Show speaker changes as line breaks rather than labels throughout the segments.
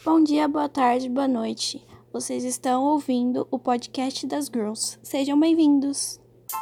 Bom dia, boa tarde, boa noite. Vocês estão ouvindo o podcast das Girls. Sejam bem-vindos!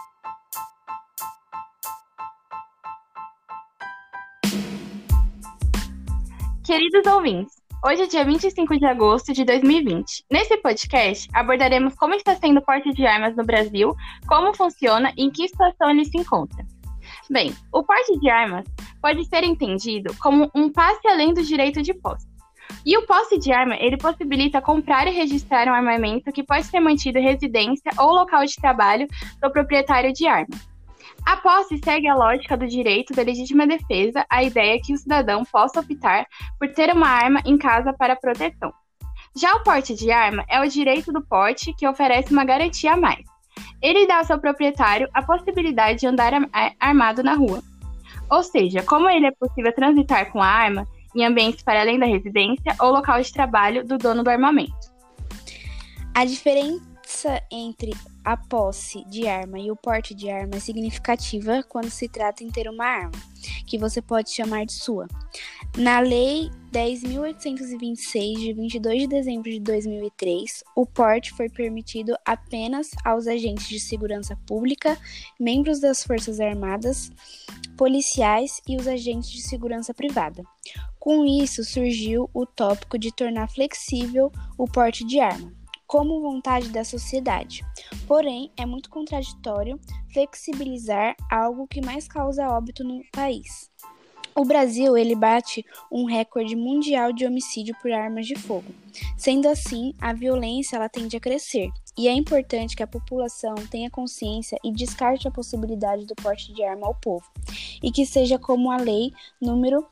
Queridos ouvintes, hoje é dia 25 de agosto de 2020. Nesse podcast, abordaremos como está sendo o porte de armas no Brasil, como funciona e em que situação ele se encontra. Bem, o porte de armas pode ser entendido como um passe além do direito de posse. E o posse de arma, ele possibilita comprar e registrar um armamento que pode ser mantido em residência ou local de trabalho do proprietário de arma. A posse segue a lógica do direito da legítima defesa, a ideia que o cidadão possa optar por ter uma arma em casa para proteção. Já o porte de arma é o direito do porte que oferece uma garantia a mais. Ele dá ao seu proprietário a possibilidade de andar armado na rua. Ou seja, como ele é possível transitar com a arma em ambientes para além da residência ou local de trabalho do dono do armamento.
A diferença entre a posse de arma e o porte de arma é significativa quando se trata em ter uma arma, que você pode chamar de sua. Na Lei 10.826, de 22 de dezembro de 2003, o porte foi permitido apenas aos agentes de segurança pública, membros das Forças Armadas, policiais e os agentes de segurança privada. Com isso, surgiu o tópico de tornar flexível o porte de arma, como vontade da sociedade. Porém, é muito contraditório flexibilizar algo que mais causa óbito no país. O Brasil, ele bate um recorde mundial de homicídio por armas de fogo. Sendo assim, a violência ela tende a crescer. E é importante que a população tenha consciência e descarte a possibilidade do porte de arma ao povo. E que seja como a lei número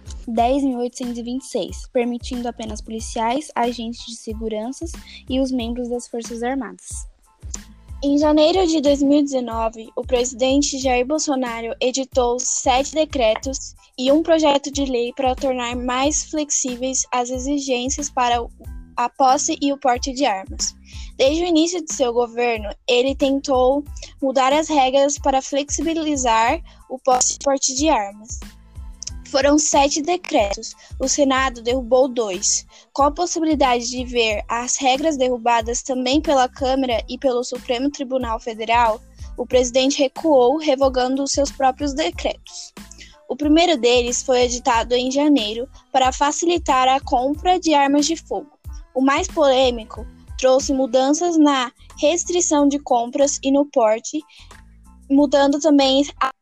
10.826, permitindo apenas policiais, agentes de segurança e os membros das Forças Armadas.
Em janeiro de 2019, o presidente Jair Bolsonaro editou 7 decretos e um projeto de lei para tornar mais flexíveis as exigências para a posse e o porte de armas. Desde o início de seu governo, ele tentou mudar as regras para flexibilizar o posse e porte de armas. Foram 7 decretos, o Senado derrubou 2. Com a possibilidade de ver as regras derrubadas também pela Câmara e pelo Supremo Tribunal Federal, o presidente recuou, revogando os seus próprios decretos. O primeiro deles foi editado em janeiro para facilitar a compra de armas de fogo. O mais polêmico trouxe mudanças na restrição de compras e no porte, mudando também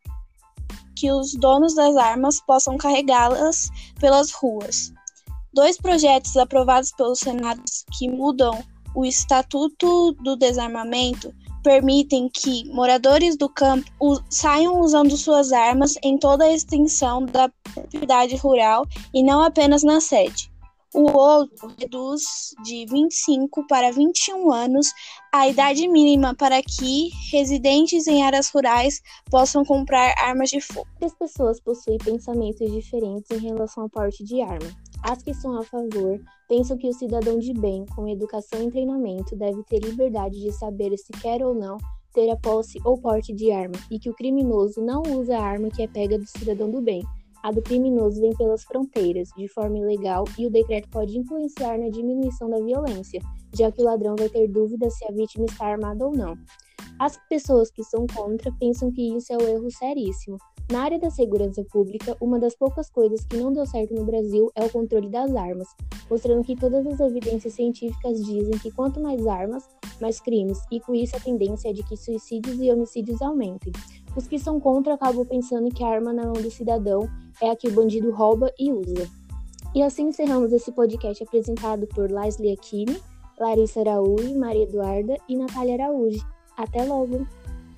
que os donos das armas possam carregá-las pelas ruas. 2 projetos aprovados pelo Senado que mudam o Estatuto do Desarmamento permitem que moradores do campo saiam usando suas armas em toda a extensão da propriedade rural e não apenas na sede. O outro reduz de 25 para 21 anos a idade mínima para que residentes em áreas rurais possam comprar armas de fogo.
As pessoas possuem pensamentos diferentes em relação ao porte de arma. As que são a favor pensam que o cidadão de bem, com educação e treinamento, deve ter liberdade de saber se quer ou não ter a posse ou porte de arma, e que o criminoso não usa a arma que é pega do cidadão do bem. A do criminoso vem pelas fronteiras, de forma ilegal, e o decreto pode influenciar na diminuição da violência, já que o ladrão vai ter dúvida se a vítima está armada ou não. As pessoas que são contra pensam que isso é um erro seríssimo. Na área da segurança pública, uma das poucas coisas que não deu certo no Brasil é o controle das armas, mostrando que todas as evidências científicas dizem que quanto mais armas, mais crimes, e com isso a tendência é de que suicídios e homicídios aumentem. Os que são contra acabam pensando que a arma na mão do cidadão é a que o bandido rouba e usa. E assim encerramos esse podcast apresentado por Laisli Aquini, Larissa Araújo, Maria Eduarda e Natália Araújo. Até logo!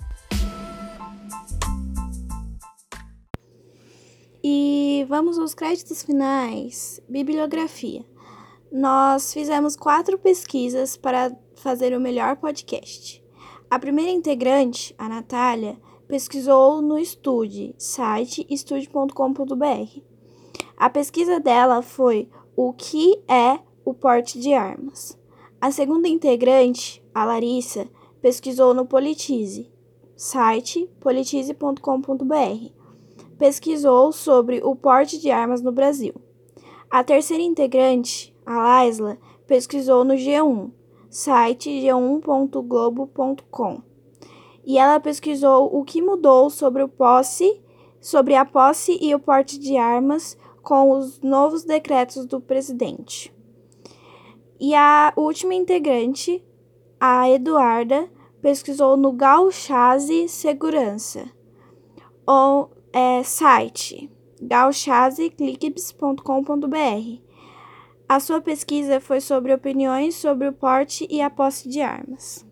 E vamos aos créditos finais. Bibliografia. Nós fizemos 4 pesquisas para fazer o melhor podcast. A primeira integrante, a Natália, pesquisou no Estude, site estude.com.br. A pesquisa dela foi o que é o porte de armas. A segunda integrante, a Larissa, pesquisou no Politize, site politize.com.br. Pesquisou sobre o porte de armas no Brasil. A terceira integrante, A Laisla pesquisou no G1, site g1.globo.com. E ela pesquisou o que mudou sobre a posse e o porte de armas com os novos decretos do presidente. E a última integrante, a Eduarda, pesquisou no Gauchase Segurança, site gauchaseclickbs.com.br. A sua pesquisa foi sobre opiniões sobre o porte e a posse de armas.